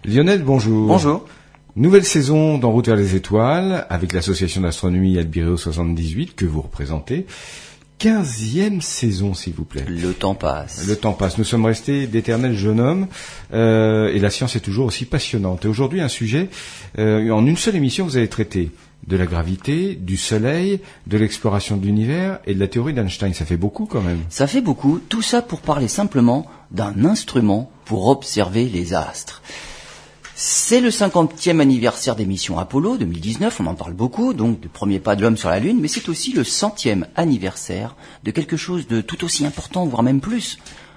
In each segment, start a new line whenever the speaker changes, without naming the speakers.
Lionel, bonjour.
Bonjour.
Nouvelle saison d'En route vers les étoiles, avec l'association d'astronomie Albireo 78 que vous représentez. 15e saison, s'il vous plaît.
Le temps passe.
Le temps passe. Nous sommes restés d'éternels jeunes hommes, et la science est toujours aussi passionnante. Et aujourd'hui, un sujet, en une seule émission, vous avez traité de la gravité, du soleil, de l'exploration de l'univers et de la théorie d'Einstein. Ça fait beaucoup quand même.
Ça fait beaucoup. Tout ça pour parler simplement d'un instrument pour observer les astres. C'est le 50e anniversaire des missions Apollo 2019, on en parle beaucoup, donc du premier pas de l'homme sur la Lune, mais c'est aussi le 100e anniversaire de quelque chose de tout aussi important, voire même plus.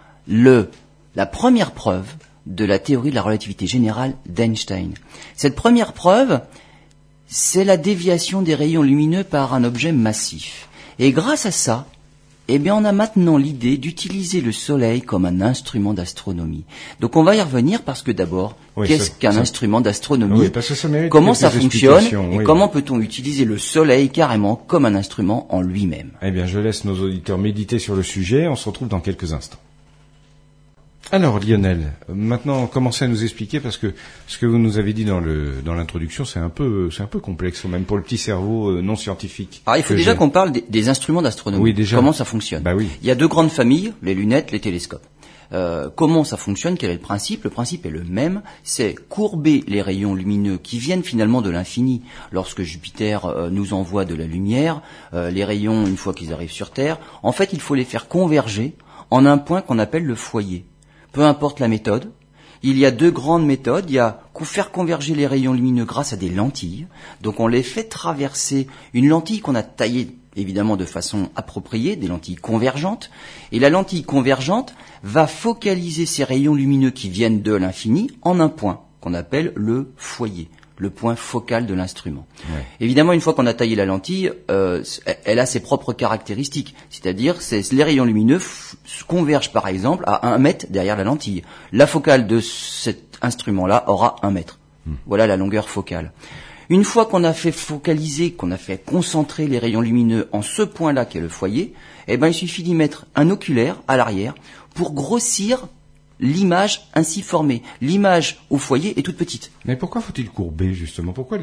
La première preuve de la théorie de la relativité générale d'Einstein. Cette première preuve, c'est la déviation des rayons lumineux par un objet massif. Et grâce à ça, on a maintenant l'idée d'utiliser le Soleil comme un instrument d'astronomie. Donc on va y revenir parce que d'abord, qu'est-ce qu'un instrument d'astronomie? Comment ça fonctionne et comment peut-on utiliser le Soleil carrément comme un instrument en lui-même?
Eh bien, je laisse nos auditeurs méditer sur le sujet. On se retrouve dans quelques instants. Alors Lionel, maintenant commencez à nous expliquer parce que ce que vous nous avez dit dans l'introduction, c'est un peu complexe même pour le petit cerveau non scientifique.
Alors il faut déjà qu'on parle des instruments d'astronomie.
Oui, déjà.
Comment ça fonctionne?
Bah oui.
Il y a deux grandes familles, les lunettes, les télescopes. Comment ça fonctionne? Quel est le principe? Le principe est le même, c'est courber les rayons lumineux qui viennent finalement de l'infini. Lorsque Jupiter nous envoie de la lumière, les rayons, une fois qu'ils arrivent sur Terre, en fait il faut les faire converger en un point qu'on appelle le foyer. Peu importe la méthode, il y a deux grandes méthodes. Il y a faire converger les rayons lumineux grâce à des lentilles. Donc on les fait traverser une lentille qu'on a taillée évidemment de façon appropriée, des lentilles convergentes. Et la lentille convergente va focaliser ces rayons lumineux qui viennent de l'infini en un point qu'on appelle le foyer, le point focal de l'instrument. Ouais. Évidemment, une fois qu'on a taillé la lentille, elle a ses propres caractéristiques. C'est-à-dire, les rayons lumineux convergent par exemple à 1 mètre derrière la lentille. La focale de cet instrument-là aura 1 mètre. Voilà la longueur focale. Une fois qu'on a fait focaliser, qu'on a fait concentrer les rayons lumineux en ce point-là qui est le foyer, il suffit d'y mettre un oculaire à l'arrière pour grossir l'image ainsi formée. L'image au foyer est toute petite.
Mais pourquoi faut-il courber justement? Pourquoi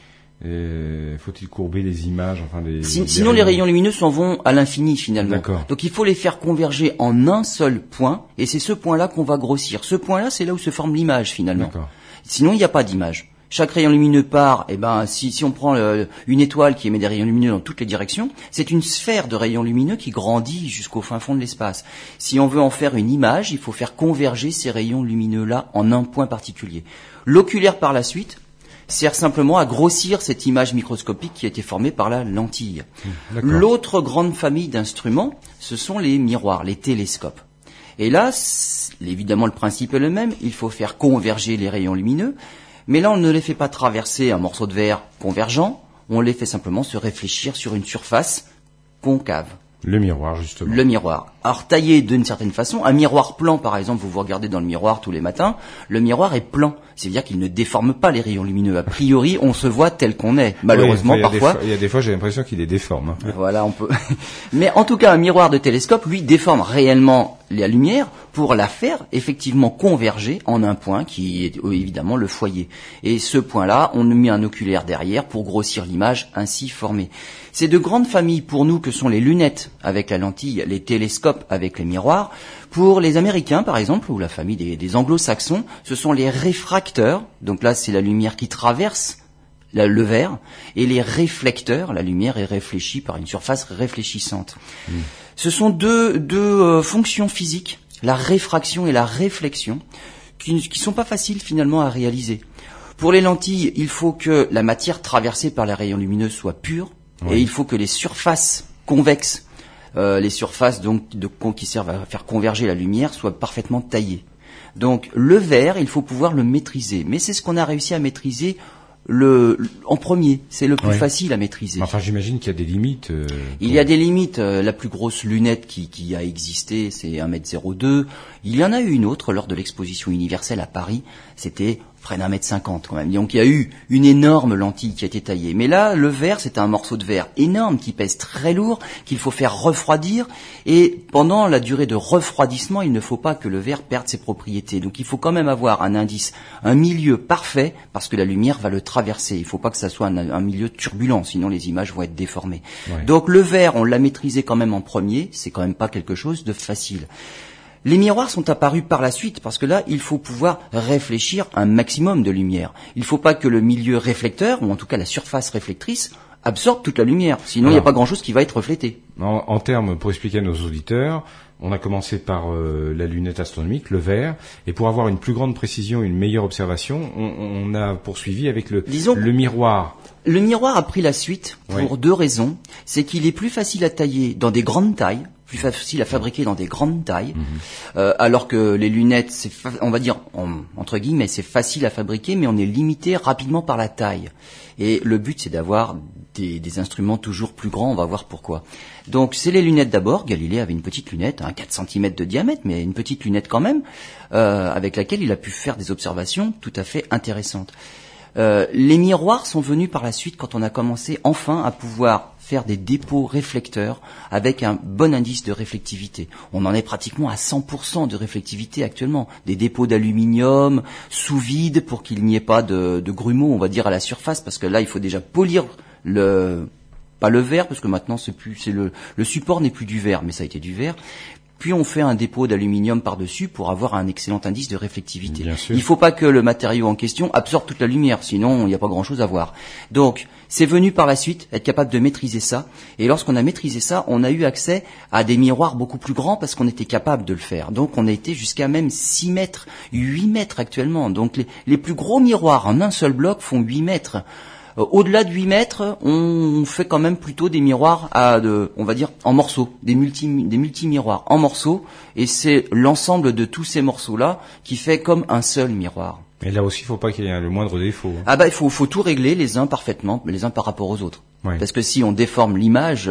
faut-il courber les images?
Sinon les rayons lumineux s'en vont à l'infini finalement.
D'accord.
Donc il faut les faire converger en un seul point et c'est ce point-là qu'on va grossir. Ce point-là, c'est là où se forme l'image finalement.
D'accord.
Sinon il n'y a pas d'image. Chaque rayon lumineux part, si on prend une étoile qui émet des rayons lumineux dans toutes les directions, c'est une sphère de rayons lumineux qui grandit jusqu'au fin fond de l'espace. Si on veut en faire une image, il faut faire converger ces rayons lumineux-là en un point particulier. L'oculaire, par la suite, sert simplement à grossir cette image microscopique qui a été formée par la lentille. L'autre grande famille d'instruments, ce sont les miroirs, les télescopes. Et là, évidemment, le principe est le même, il faut faire converger les rayons lumineux. Mais là, on ne les fait pas traverser un morceau de verre convergent, on les fait simplement se réfléchir sur une surface concave.
Le miroir, justement.
Le miroir. Alors, taillé d'une certaine façon, un miroir plan, par exemple, vous regardez dans le miroir tous les matins, le miroir est plan. C'est-à-dire qu'il ne déforme pas les rayons lumineux. A priori, on se voit tel qu'on est. Malheureusement, parfois.
Il y a des fois, j'ai l'impression qu'il les déforme. Hein.
Voilà, on peut. Mais en tout cas, un miroir de télescope, lui, déforme réellement la lumière pour la faire effectivement converger en un point qui est évidemment le foyer. Et ce point-là, on met un oculaire derrière pour grossir l'image ainsi formée. Ces deux grandes familles pour nous que sont les lunettes avec la lentille, les télescopes avec les miroirs. Pour les Américains, par exemple, ou la famille des Anglo-Saxons, ce sont les réfracteurs. Donc là, c'est la lumière qui traverse le verre. Et les réflecteurs, la lumière est réfléchie par une surface réfléchissante. Ce sont deux fonctions physiques, la réfraction et la réflexion, qui sont pas faciles finalement à réaliser. Pour les lentilles, il faut que la matière traversée par les rayons lumineux soit pure. Oui. Et il faut que les surfaces convexes, les surfaces donc qui servent à faire converger la lumière, soient parfaitement taillées. Donc le verre, il faut pouvoir le maîtriser. Mais c'est ce qu'on a réussi à maîtriser en premier. C'est le plus facile à maîtriser.
Enfin, j'imagine qu'il y a des limites.
Il y a des limites. La plus grosse lunette qui a existé, c'est 1,02 m. Il y en a eu une autre lors de l'exposition universelle à Paris. C'était près d'1,50 m quand même. Donc il y a eu une énorme lentille qui a été taillée. Mais là, le verre, c'est un morceau de verre énorme qui pèse très lourd, qu'il faut faire refroidir. Et pendant la durée de refroidissement, il ne faut pas que le verre perde ses propriétés. Donc il faut quand même avoir un indice, un milieu parfait, parce que la lumière va le traverser. Il ne faut pas que ça soit un milieu turbulent, sinon les images vont être déformées. Ouais. Donc le verre, on l'a maîtrisé quand même en premier. C'est quand même pas quelque chose de facile. Les miroirs sont apparus par la suite parce que là, il faut pouvoir réfléchir un maximum de lumière. Il ne faut pas que le milieu réflecteur, ou en tout cas la surface réflectrice, absorbe toute la lumière. Sinon, il n'y a pas grand-chose qui va être reflété.
En termes, pour expliquer à nos auditeurs, on a commencé par la lunette astronomique, le verre, et pour avoir une plus grande précision, une meilleure observation, on a poursuivi avec le miroir.
Le miroir a pris la suite pour deux raisons. C'est qu'il est plus facile à tailler dans des grandes tailles, plus facile à fabriquer dans des grandes tailles, alors que les lunettes, on va dire, entre guillemets, c'est facile à fabriquer, mais on est limité rapidement par la taille. Et le but, c'est d'avoir des instruments toujours plus grands, on va voir pourquoi. Donc, c'est les lunettes d'abord. Galilée avait une petite lunette, 4 cm de diamètre, mais une petite lunette quand même, avec laquelle il a pu faire des observations tout à fait intéressantes. Les miroirs sont venus par la suite quand on a commencé enfin à pouvoir faire des dépôts réflecteurs avec un bon indice de réflectivité. On en est pratiquement à 100% de réflectivité actuellement. Des dépôts d'aluminium sous vide pour qu'il n'y ait pas de grumeaux, on va dire, à la surface, parce que là, il faut déjà polir pas le verre, parce que maintenant le support n'est plus du verre, mais ça a été du verre. Puis on fait un dépôt d'aluminium par-dessus pour avoir un excellent indice de réflectivité. Il ne faut pas que le matériau en question absorbe toute la lumière, sinon il n'y a pas grand-chose à voir. Donc, c'est venu par la suite, être capable de maîtriser ça. Et lorsqu'on a maîtrisé ça, on a eu accès à des miroirs beaucoup plus grands parce qu'on était capable de le faire. Donc, on a été jusqu'à même 6 mètres, 8 mètres actuellement. Donc, les plus gros miroirs en un seul bloc font 8 mètres. Au-delà de 8 mètres, on fait quand même plutôt des miroirs on va dire, en morceaux, des multi-miroirs en morceaux, et c'est l'ensemble de tous ces morceaux-là qui fait comme un seul miroir.
Et là aussi, il ne faut pas qu'il y ait le moindre défaut.
Il faut tout régler les uns parfaitement, les uns par rapport aux autres. Ouais. Parce que si on déforme l'image,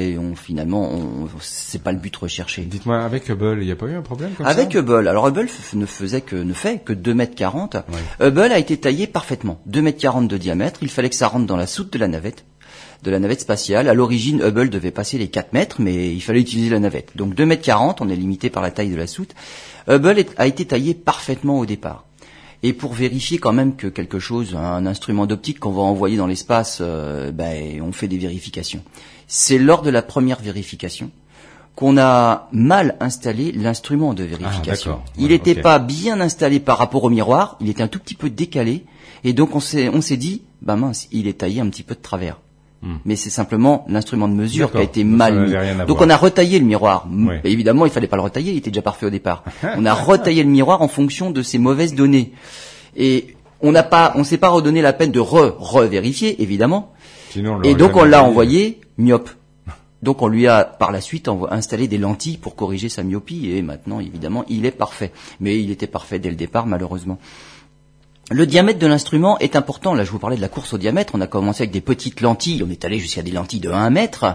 c'est pas le but recherché.
Dites-moi, avec Hubble, il n'y a pas eu un problème comme ça ?
Avec Hubble, alors Hubble ne fait que 2,40 m. Ouais. Hubble a été taillé parfaitement, 2,40 m de diamètre. Il fallait que ça rentre dans la soute de la navette spatiale. À l'origine, Hubble devait passer les 4 mètres, mais il fallait utiliser la navette. Donc 2,40 m, on est limité par la taille de la soute. Hubble a été taillé parfaitement au départ. Et pour vérifier quand même que quelque chose, un instrument d'optique qu'on va envoyer dans l'espace, on fait des vérifications. C'est lors de la première vérification qu'on a mal installé l'instrument de vérification. Il n'était pas bien installé par rapport au miroir, il était un tout petit peu décalé, et donc on s'est dit, mince, il est taillé un petit peu de travers. Mais c'est simplement l'instrument de mesure qui a été mal mis. Donc on a retaillé le miroir. Ouais. Évidemment, il fallait pas le retailler, il était déjà parfait au départ. On a retaillé le miroir en fonction de ces mauvaises données. Et on s'est pas redonné la peine de revérifier, évidemment.
Sinon,
et donc on l'a envoyé myope. Donc on lui a par la suite installé des lentilles pour corriger sa myopie, et maintenant évidemment il est parfait. Mais il était parfait dès le départ, malheureusement. Le diamètre de l'instrument est important. Là, je vous parlais de la course au diamètre. On a commencé avec des petites lentilles. On est allé jusqu'à des lentilles de 1 mètre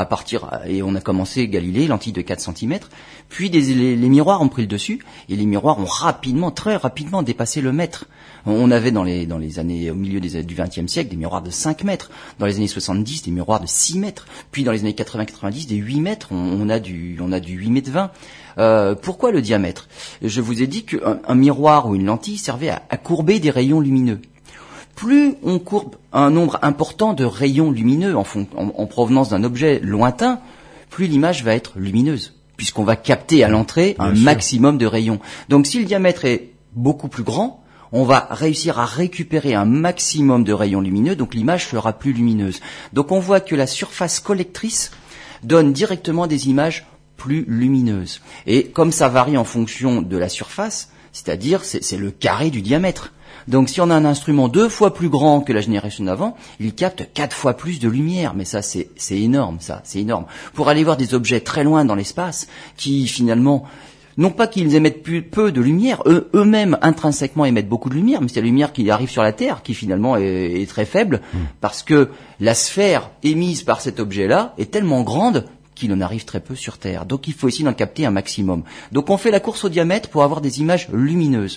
et on a commencé Galilée, lentilles de 4 cm. Puis les miroirs ont pris le dessus et les miroirs ont très rapidement dépassé le mètre. On avait dans les années, au milieu du XXe siècle, des miroirs de 5 mètres. Dans les années 70, des miroirs de 6 mètres. Puis dans les années 80-90, des 8 mètres. On a du 8 mètres 20. Pourquoi le diamètre ? Je vous ai dit qu'un miroir ou une lentille servait à courber des rayons lumineux. Plus on courbe un nombre important de rayons lumineux en provenance d'un objet lointain, plus l'image va être lumineuse, puisqu'on va capter à l'entrée un maximum de rayons. Donc si le diamètre est beaucoup plus grand, on va réussir à récupérer un maximum de rayons lumineux, donc l'image sera plus lumineuse. Donc on voit que la surface collectrice donne directement des images plus lumineuse. Et comme ça varie en fonction de la surface, c'est-à-dire c'est le carré du diamètre. Donc si on a un instrument 2 fois plus grand que la génération d'avant, il capte 4 fois plus de lumière. Mais ça, c'est énorme, c'est énorme. Pour aller voir des objets très loin dans l'espace, qui finalement, non pas qu'ils émettent peu de lumière, eux-mêmes intrinsèquement émettent beaucoup de lumière, mais c'est la lumière qui arrive sur la Terre qui finalement est très faible, parce que la sphère émise par cet objet-là est tellement grande qu'il en arrive très peu sur Terre. Donc il faut essayer d'en capter un maximum. Donc on fait la course au diamètre pour avoir des images lumineuses.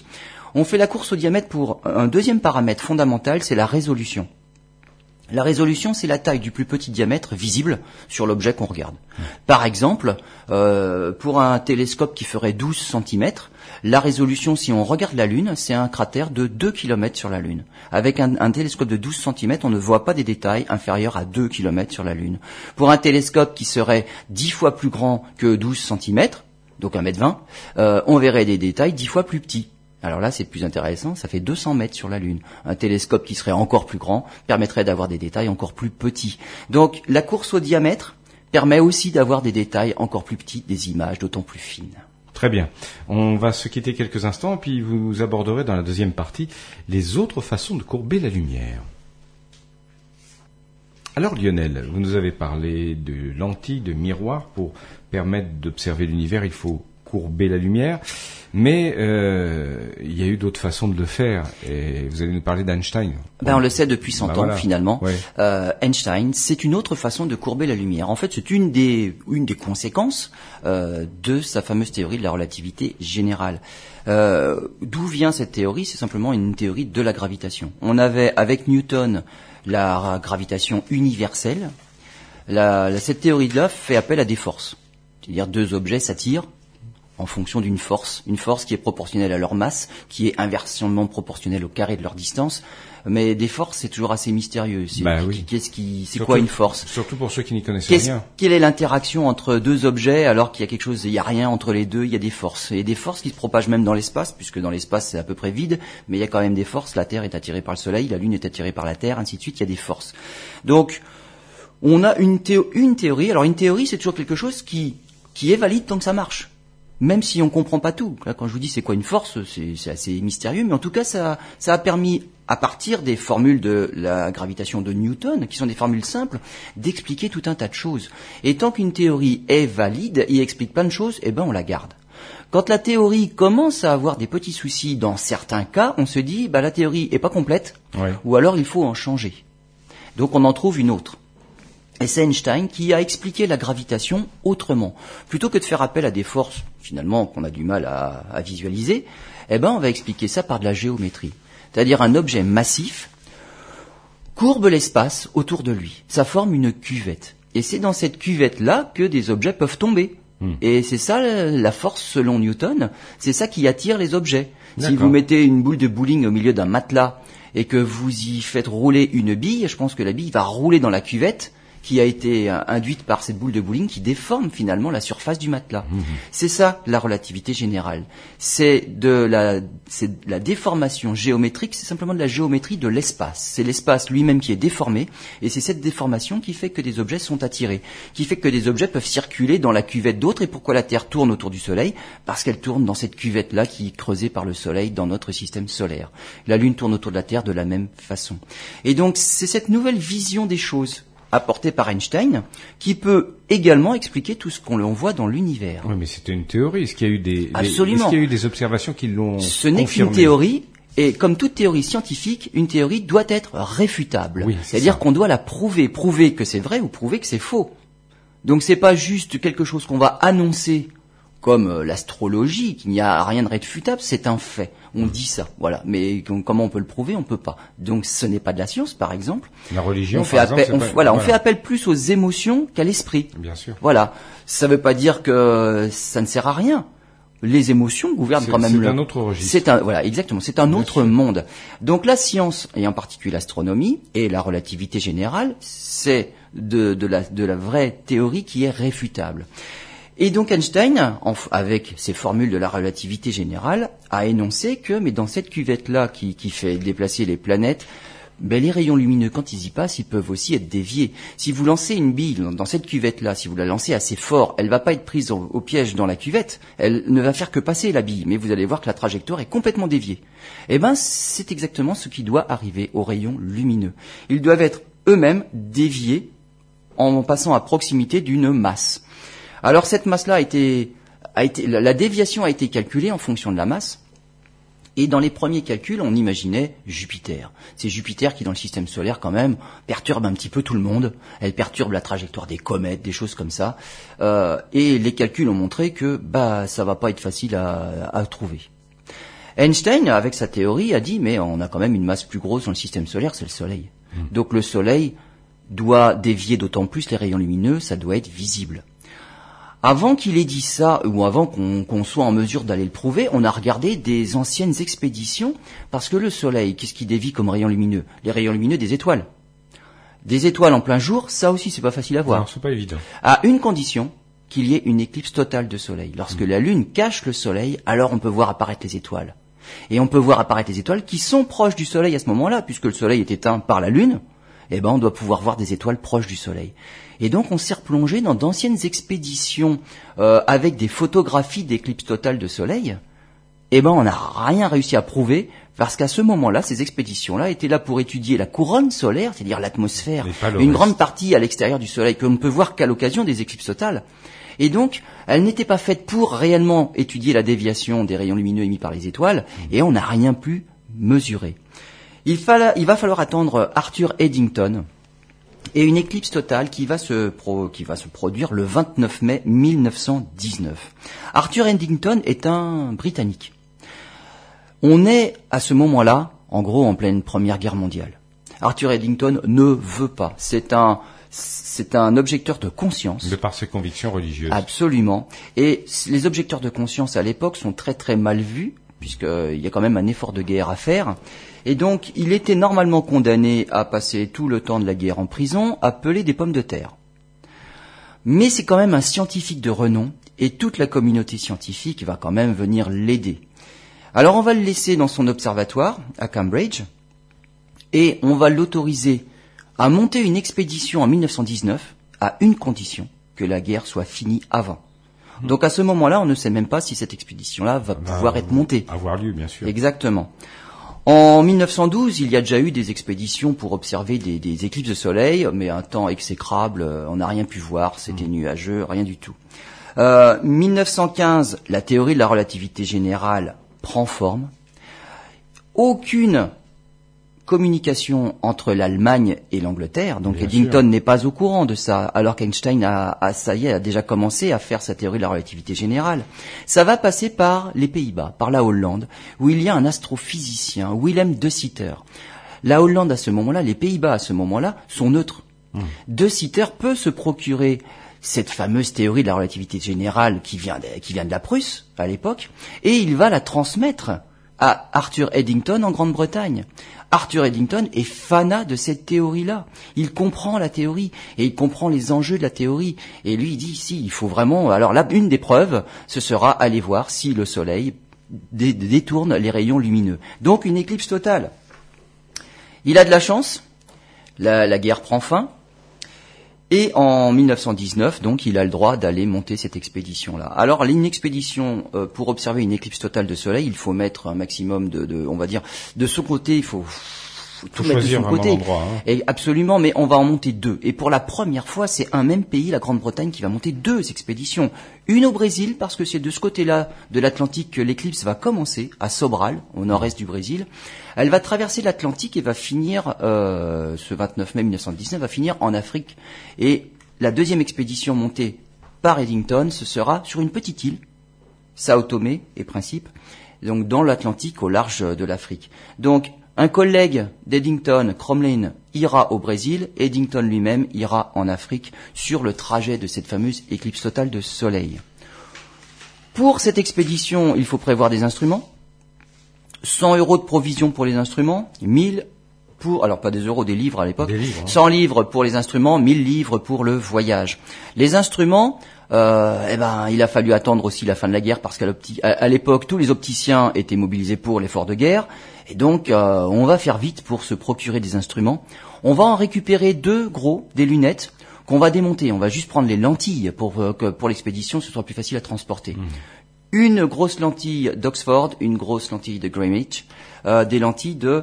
On fait la course au diamètre pour un deuxième paramètre fondamental, c'est la résolution. La résolution, c'est la taille du plus petit diamètre visible sur l'objet qu'on regarde. Par exemple, pour un télescope qui ferait 12 cm, la résolution, si on regarde la Lune, c'est un cratère de 2 km sur la Lune. Avec un télescope de 12 cm, on ne voit pas des détails inférieurs à 2 km sur la Lune. Pour un télescope qui serait 10 fois plus grand que 12 cm, donc 1,20 m, on verrait des détails 10 fois plus petits. Alors là, c'est plus intéressant, ça fait 200 mètres sur la Lune. Un télescope qui serait encore plus grand permettrait d'avoir des détails encore plus petits. Donc la course au diamètre permet aussi d'avoir des détails encore plus petits, des images d'autant plus fines.
Très bien. On va se quitter quelques instants, et puis vous aborderez dans la deuxième partie les autres façons de courber la lumière. Alors Lionel, vous nous avez parlé de lentilles, de miroirs. Pour permettre d'observer l'univers, il faut courber la lumière. Mais il y a eu d'autres façons de le faire, et vous allez nous parler d'Einstein.
On le sait depuis 100 ans,
voilà.
finalement.
Ouais.
Einstein, c'est une autre façon de courber la lumière. En fait, c'est une des conséquences de sa fameuse théorie de la relativité générale. D'où vient cette théorie? C'est simplement une théorie de la gravitation. On avait, avec Newton, la gravitation universelle. Cette théorie-là fait appel à des forces. C'est-à-dire deux objets s'attirent en fonction d'une force, une force qui est proportionnelle à leur masse, qui est inversement proportionnelle au carré de leur distance. Mais des forces, c'est toujours assez mystérieux. C'est quoi une force?
Surtout pour ceux qui n'y connaissent rien.
Quelle est l'interaction entre deux objets alors qu'il y a quelque chose, il y a rien entre les deux, il y a des forces. Et des forces qui se propagent même dans l'espace, puisque dans l'espace c'est à peu près vide, mais il y a quand même des forces. La Terre est attirée par le Soleil, la Lune est attirée par la Terre, ainsi de suite, il y a des forces. Donc, on a une théorie. Alors une théorie, c'est toujours quelque chose qui est valide tant que ça marche. Même si on comprend pas tout. Là, quand je vous dis c'est quoi une force, c'est assez mystérieux, mais en tout cas, ça a permis, à partir des formules de la gravitation de Newton, qui sont des formules simples, d'expliquer tout un tas de choses. Et tant qu'une théorie est valide et explique plein de choses, on la garde. Quand la théorie commence à avoir des petits soucis dans certains cas, on se dit, la théorie est pas complète, ou alors il faut en changer. Donc on en trouve une autre. Et c'est Einstein qui a expliqué la gravitation autrement. Plutôt que de faire appel à des forces, finalement, qu'on a du mal à visualiser, on va expliquer ça par de la géométrie. C'est-à-dire un objet massif courbe l'espace autour de lui. Ça forme une cuvette. Et c'est dans cette cuvette-là que des objets peuvent tomber. Et c'est ça la force selon Newton, c'est ça qui attire les objets.
D'accord.
Si vous mettez une boule de bowling au milieu d'un matelas et que vous y faites rouler une bille, je pense que la bille va rouler dans la cuvette qui a été induite par cette boule de bowling qui déforme finalement la surface du matelas. C'est ça la relativité générale. C'est la déformation géométrique, c'est simplement de la géométrie de l'espace. C'est l'espace lui-même qui est déformé, et c'est cette déformation qui fait que des objets sont attirés, qui fait que des objets peuvent circuler dans la cuvette d'autres. Et pourquoi la Terre tourne autour du Soleil? Parce qu'elle tourne dans cette cuvette-là qui est creusée par le Soleil dans notre système solaire. La Lune tourne autour de la Terre de la même façon. Et donc c'est cette nouvelle vision des choses apporté par Einstein, qui peut également expliquer tout ce qu'on voit dans l'univers.
Oui, mais c'était une théorie. Est-ce qu'il y a eu
Absolument.
Est-ce qu'il y a eu des observations qui l'ont confirmé?
Ce n'est qu'une théorie, et comme toute théorie scientifique, une théorie doit être réfutable.
Oui,
c'est-à-dire qu'on doit la prouver que c'est vrai ou prouver que c'est faux. Donc c'est pas juste quelque chose qu'on va annoncer comme l'astrologie, qu'il n'y a rien de réfutable, c'est un fait. On dit ça, voilà. Mais comment on peut le prouver? On peut pas. Donc ce n'est pas de la science, par exemple.
La religion,
on fait appel plus aux émotions qu'à l'esprit.
Bien sûr.
Voilà. Ça veut pas dire que ça ne sert à rien. Les émotions gouvernent quand même
C'est un autre registre.
Voilà, exactement. C'est un autre monde. Donc la science, et en particulier l'astronomie et la relativité générale, c'est de la vraie théorie qui est réfutable. Et donc Einstein, avec ses formules de la relativité générale, a énoncé que, mais dans cette cuvette-là qui fait déplacer les planètes, les rayons lumineux, quand ils y passent, ils peuvent aussi être déviés. Si vous lancez une bille dans cette cuvette-là, si vous la lancez assez fort, elle va pas être prise au piège dans la cuvette, elle ne va faire que passer la bille, mais vous allez voir que la trajectoire est complètement déviée. C'est exactement ce qui doit arriver aux rayons lumineux. Ils doivent être eux-mêmes déviés en passant à proximité d'une masse. Alors cette masse-là la déviation a été calculée en fonction de la masse. Et dans les premiers calculs, on imaginait Jupiter. C'est Jupiter qui, dans le système solaire, quand même, perturbe un petit peu tout le monde. Elle perturbe la trajectoire des comètes, des choses comme ça. Et les calculs ont montré que ça va pas être facile à trouver. Einstein, avec sa théorie, a dit, mais on a quand même une masse plus grosse dans le système solaire, c'est le Soleil. Donc le Soleil doit dévier d'autant plus les rayons lumineux, ça doit être visible. Avant qu'il ait dit ça, ou avant qu'on soit en mesure d'aller le prouver, on a regardé des anciennes expéditions, parce que le Soleil, qu'est-ce qui dévie comme rayons lumineux? Les rayons lumineux des étoiles. Des étoiles en plein jour, ça aussi c'est pas facile à voir.
Non, c'est pas évident.
À une condition, qu'il y ait une éclipse totale de Soleil. Lorsque la Lune cache le Soleil, alors on peut voir apparaître les étoiles. Et on peut voir apparaître les étoiles qui sont proches du Soleil à ce moment-là, puisque le Soleil est éteint par la Lune, eh ben on doit pouvoir voir des étoiles proches du Soleil. Et donc on s'est replongé dans d'anciennes expéditions avec des photographies d'éclipses totales de Soleil. Eh ben on n'a rien réussi à prouver, parce qu'à ce moment-là, ces expéditions-là étaient là pour étudier la couronne solaire, c'est-à-dire l'atmosphère, une grande partie à l'extérieur du Soleil, que l'on ne peut voir qu'à l'occasion des éclipses totales. Et donc, elles n'étaient pas faites pour réellement étudier la déviation des rayons lumineux émis par les étoiles, et on n'a rien pu mesurer. Il va falloir attendre Arthur Eddington et une éclipse totale qui va se produire le 29 mai 1919. Arthur Eddington est un Britannique. On est à ce moment-là, en gros, en pleine Première Guerre mondiale. Arthur Eddington ne veut pas. C'est un objecteur de conscience.
De par ses convictions religieuses.
Absolument. Et les objecteurs de conscience à l'époque sont très très mal vus, puisqu'il y a quand même un effort de guerre à faire. Et donc, il était normalement condamné à passer tout le temps de la guerre en prison, à peler des pommes de terre. Mais c'est quand même un scientifique de renom, et toute la communauté scientifique va quand même venir l'aider. Alors on va le laisser dans son observatoire, à Cambridge, et on va l'autoriser à monter une expédition en 1919, à une condition, que la guerre soit finie avant. Donc à ce moment-là, on ne sait même pas si cette expédition-là va pouvoir être montée.
Avoir lieu, bien sûr.
Exactement. En 1912, il y a déjà eu des expéditions pour observer des éclipses de soleil, mais un temps exécrable, on n'a rien pu voir, c'était nuageux, rien du tout. 1915, la théorie de la relativité générale prend forme. Aucune communication entre l'Allemagne et l'Angleterre, donc bien Eddington n'est pas au courant de ça, alors qu'Einstein a déjà commencé à faire sa théorie de la relativité générale. Ça va passer par les Pays-Bas, par la Hollande, où il y a un astrophysicien, Willem de Sitter. La Hollande à ce moment-là, les Pays-Bas à ce moment-là, sont neutres. De Sitter peut se procurer cette fameuse théorie de la relativité générale qui vient de la Prusse, à l'époque, et il va la transmettre à Arthur Eddington en Grande-Bretagne. Arthur Eddington est fanat de cette théorie-là. Il comprend la théorie et il comprend les enjeux de la théorie. Et lui, il dit, si, il faut vraiment... Alors là, une des preuves, ce sera aller voir si le Soleil détourne les rayons lumineux. Donc une éclipse totale. Il a de la chance, la guerre prend fin, et en 1919, donc, il a le droit d'aller monter cette expédition-là. Alors, une expédition, pour observer une éclipse totale de soleil, il faut mettre un maximum on va dire, de son côté, il faut tout mettre de son côté.
Endroit, hein.
Et absolument, mais on va en monter deux. Et pour la première fois, c'est un même pays, la Grande-Bretagne, qui va monter deux expéditions. Une au Brésil, parce que c'est de ce côté-là de l'Atlantique que l'éclipse va commencer, à Sobral, au nord-est du Brésil. Elle va traverser l'Atlantique et va finir, ce 29 mai 1919, va finir en Afrique. Et la deuxième expédition montée par Eddington, ce sera sur une petite île, Sao Tomé et Principe, donc dans l'Atlantique au large de l'Afrique. Donc, un collègue d'Eddington, Cromlin, ira au Brésil, Eddington lui-même ira en Afrique sur le trajet de cette fameuse éclipse totale de soleil. Pour cette expédition, il faut prévoir des instruments. 100 € de provision pour les instruments, 1000 pour, alors pas des euros, des livres à l'époque, 100 livres pour les instruments, 1000 livres pour le voyage. Les instruments, il a fallu attendre aussi la fin de la guerre parce qu'à l'époque, tous les opticiens étaient mobilisés pour l'effort de guerre. Et donc, on va faire vite pour se procurer des instruments. On va en récupérer des lunettes qu'on va démonter. On va juste prendre les lentilles pour que pour l'expédition, ce soit plus facile à transporter. Une grosse lentille d'Oxford, une grosse lentille de Greenwich, des lentilles de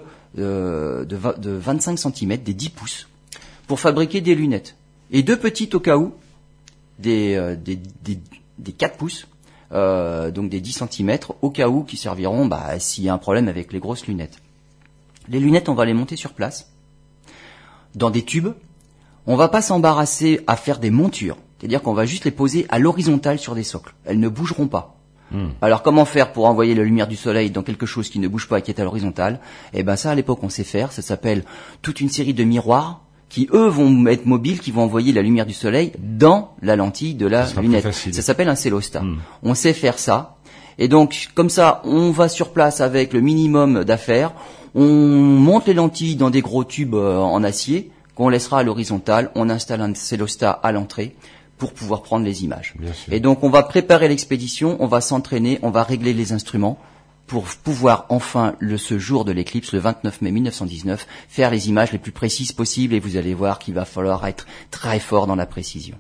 25 cm, des 10 pouces, pour fabriquer des lunettes. Et deux petites au cas où, des 4 pouces, donc des 10 cm, au cas où, qui serviront s'il y a un problème avec les grosses lunettes. Les lunettes, on va les monter sur place, dans des tubes. On va pas s'embarrasser à faire des montures, c'est-à-dire qu'on va juste les poser à l'horizontale sur des socles. Elles ne bougeront pas. Alors comment faire pour envoyer la lumière du soleil dans quelque chose qui ne bouge pas et qui est à l'horizontale? Eh ben ça, à l'époque, on sait faire. Ça s'appelle toute une série de miroirs qui, eux, vont être mobiles, qui vont envoyer la lumière du soleil dans la lentille de la lunette. Ça s'appelle un célostat. On sait faire ça. Et donc, comme ça, on va sur place avec le minimum d'affaires. On monte les lentilles dans des gros tubes en acier qu'on laissera à l'horizontale. On installe un célostat à l'entrée pour pouvoir prendre les images. Et donc, on va préparer l'expédition, on va s'entraîner, on va régler les instruments pour pouvoir enfin, ce jour de l'éclipse, le 29 mai 1919, faire les images les plus précises possibles. Et vous allez voir qu'il va falloir être très fort dans la précision.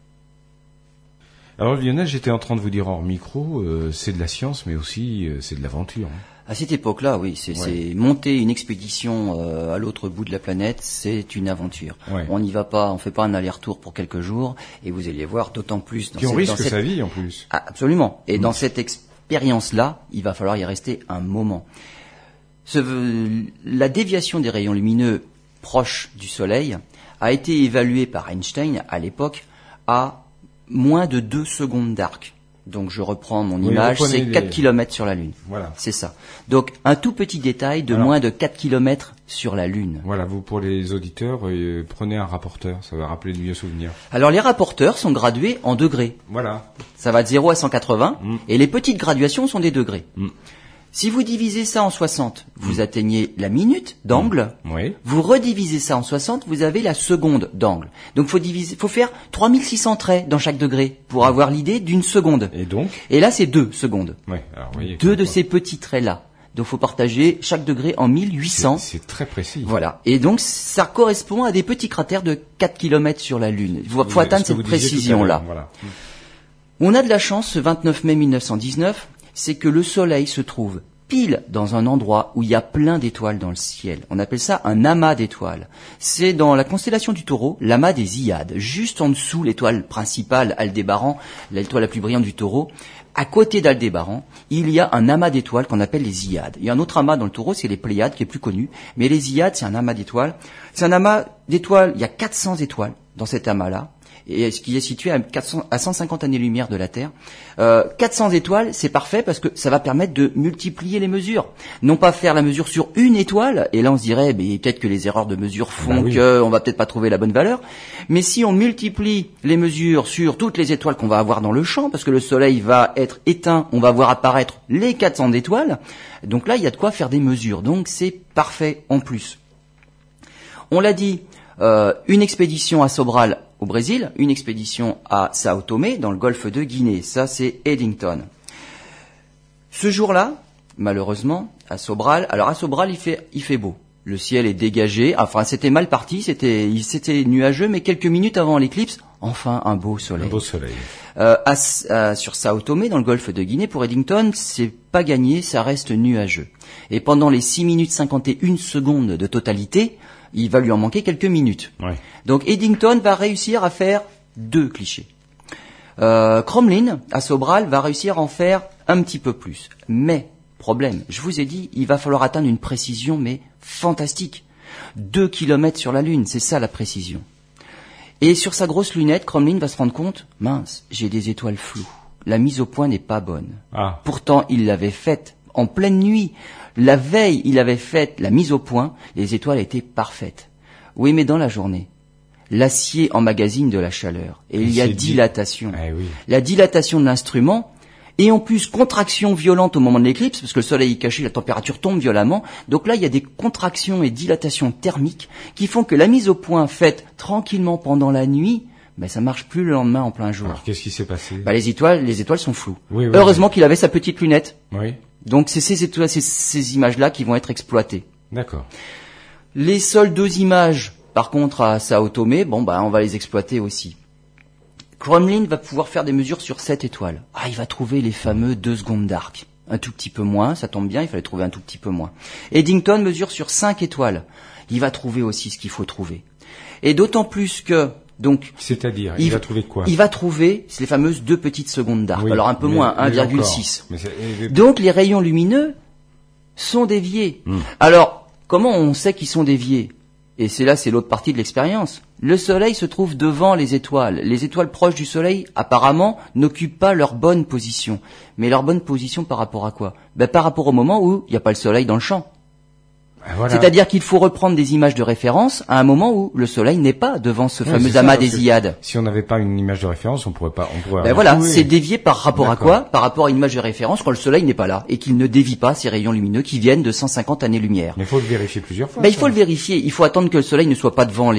Alors Lionel, j'étais en train de vous dire hors micro, c'est de la science, mais aussi c'est de l'aventure.
À cette époque-là, oui, c'est monter une expédition à l'autre bout de la planète, c'est une aventure. On n'y va pas, on fait pas un aller-retour pour quelques jours, et vous allez voir d'autant plus.
Puis on risque sa vie en plus.
Ah, absolument. Et dans cette expérience-là, il va falloir y rester un moment. La déviation des rayons lumineux proches du Soleil a été évaluée par Einstein à l'époque à moins de 2 secondes d'arc. Donc je reprends mon image, c'est 4 km sur la Lune.
Voilà.
C'est ça. Donc un tout petit détail de moins de 4 km sur la Lune.
Voilà, vous pour les auditeurs, prenez un rapporteur, ça va rappeler de vieux souvenirs.
Alors les rapporteurs sont gradués en degrés.
Voilà.
Ça va de 0 à 180 et les petites graduations sont des degrés. Si vous divisez ça en 60, vous atteignez la minute d'angle.
Oui.
Vous redivisez ça en 60, vous avez la seconde d'angle. Donc faut faire 3600 traits dans chaque degré pour avoir l'idée d'une seconde. Et là c'est 2 secondes.
Ouais. Alors, voyez,
2 de ces petits traits là. Donc faut partager chaque degré en 1800.
C'est très précis.
Voilà. Et donc ça correspond à des petits cratères de 4 km sur la Lune. Faut atteindre cette précision là.
Voilà.
On a de la chance ce 29 mai 1919. C'est que le soleil se trouve pile dans un endroit où il y a plein d'étoiles dans le ciel. On appelle ça un amas d'étoiles. C'est dans la constellation du Taureau, l'amas des Hyades. Juste en dessous, l'étoile principale, Aldébaran, l'étoile la plus brillante du Taureau. À côté d'Aldébaran, il y a un amas d'étoiles qu'on appelle les Hyades. Il y a un autre amas dans le Taureau, c'est les Pléiades, qui est plus connu. Mais les Hyades, c'est un amas d'étoiles. C'est un amas d'étoiles, il y a 400 étoiles dans cet amas-là. Et ce qui est situé à 150 années-lumière de la Terre. 400 étoiles, c'est parfait parce que ça va permettre de multiplier les mesures. Non pas faire la mesure sur une étoile, et là on se dirait, mais peut-être que les erreurs de mesure font qu'on va peut-être pas trouver la bonne valeur. Mais si on multiplie les mesures sur toutes les étoiles qu'on va avoir dans le champ, parce que le Soleil va être éteint, on va voir apparaître les 400 étoiles. Donc là, il y a de quoi faire des mesures. Donc c'est parfait en plus. On l'a dit, une expédition à Sobral au Brésil, une expédition à Sao Tomé, dans le golfe de Guinée. Ça, c'est Eddington. Ce jour-là, malheureusement, à Sobral, il fait beau. Le ciel est dégagé. Enfin, c'était mal parti, c'était nuageux, mais quelques minutes avant l'éclipse, enfin, un beau soleil.
Un beau soleil.
Sur Sao Tomé, dans le golfe de Guinée, pour Eddington, c'est pas gagné, ça reste nuageux. Et pendant les 6 minutes 51 secondes de totalité, il va lui en manquer quelques minutes. Donc Eddington va réussir à faire 2 clichés. Cromlin, à Sobral, va réussir à en faire un petit peu plus. Mais, problème, je vous ai dit, il va falloir atteindre une précision, mais fantastique. 2 km sur la Lune, c'est ça la précision. Et sur sa grosse lunette, Cromlin va se rendre compte, mince, j'ai des étoiles floues. La mise au point n'est pas bonne. Pourtant, il l'avait faite en pleine nuit. La veille, il avait fait la mise au point, les étoiles étaient parfaites. Oui, mais dans la journée, l'acier emmagasine de la chaleur. Et il y a dilatation. La dilatation de l'instrument, et en plus contraction violente au moment de l'éclipse, parce que le soleil est caché, la température tombe violemment. Donc là, il y a des contractions et dilatations thermiques qui font que la mise au point faite tranquillement pendant la nuit, ça marche plus le lendemain en plein jour.
Alors, qu'est-ce qui s'est passé?
Les étoiles sont floues. Heureusement qu'il avait sa petite lunette. Donc c'est ces images-là qui vont être exploitées.
D'accord.
Les seules 2 images, par contre, à Sao Tomé, on va les exploiter aussi. Cromlin va pouvoir faire des mesures sur 7 étoiles. Il va trouver les fameux 2 secondes d'arc. Un tout petit peu moins, ça tombe bien, il fallait trouver un tout petit peu moins. Eddington mesure sur 5 étoiles. Il va trouver aussi ce qu'il faut trouver. Et d'autant plus que... Donc,
c'est-à-dire, il va trouver quoi?
Il va trouver les fameuses 2 petites secondes d'arc. Alors un peu moins, 1,6.
Mais
donc les rayons lumineux sont déviés. Alors, comment on sait qu'ils sont déviés? Et c'est l'autre partie de l'expérience. Le Soleil se trouve devant les étoiles. Les étoiles proches du Soleil, apparemment, n'occupent pas leur bonne position. Mais leur bonne position par rapport à quoi? Par rapport au moment où il n'y a pas le Soleil dans le champ. Voilà. C'est-à-dire qu'il faut reprendre des images de référence à un moment où le Soleil n'est pas devant ce fameux amas des Hyades.
Si on n'avait pas une image de référence, on pourrait.
Voilà, c'est dévié par rapport à quoi? Par rapport à une image de référence quand le Soleil n'est pas là et qu'il ne dévie pas ces rayons lumineux qui viennent de 150 années-lumière.
Mais il faut le vérifier plusieurs fois.
Il faut le vérifier. Il faut attendre que le Soleil ne soit pas devant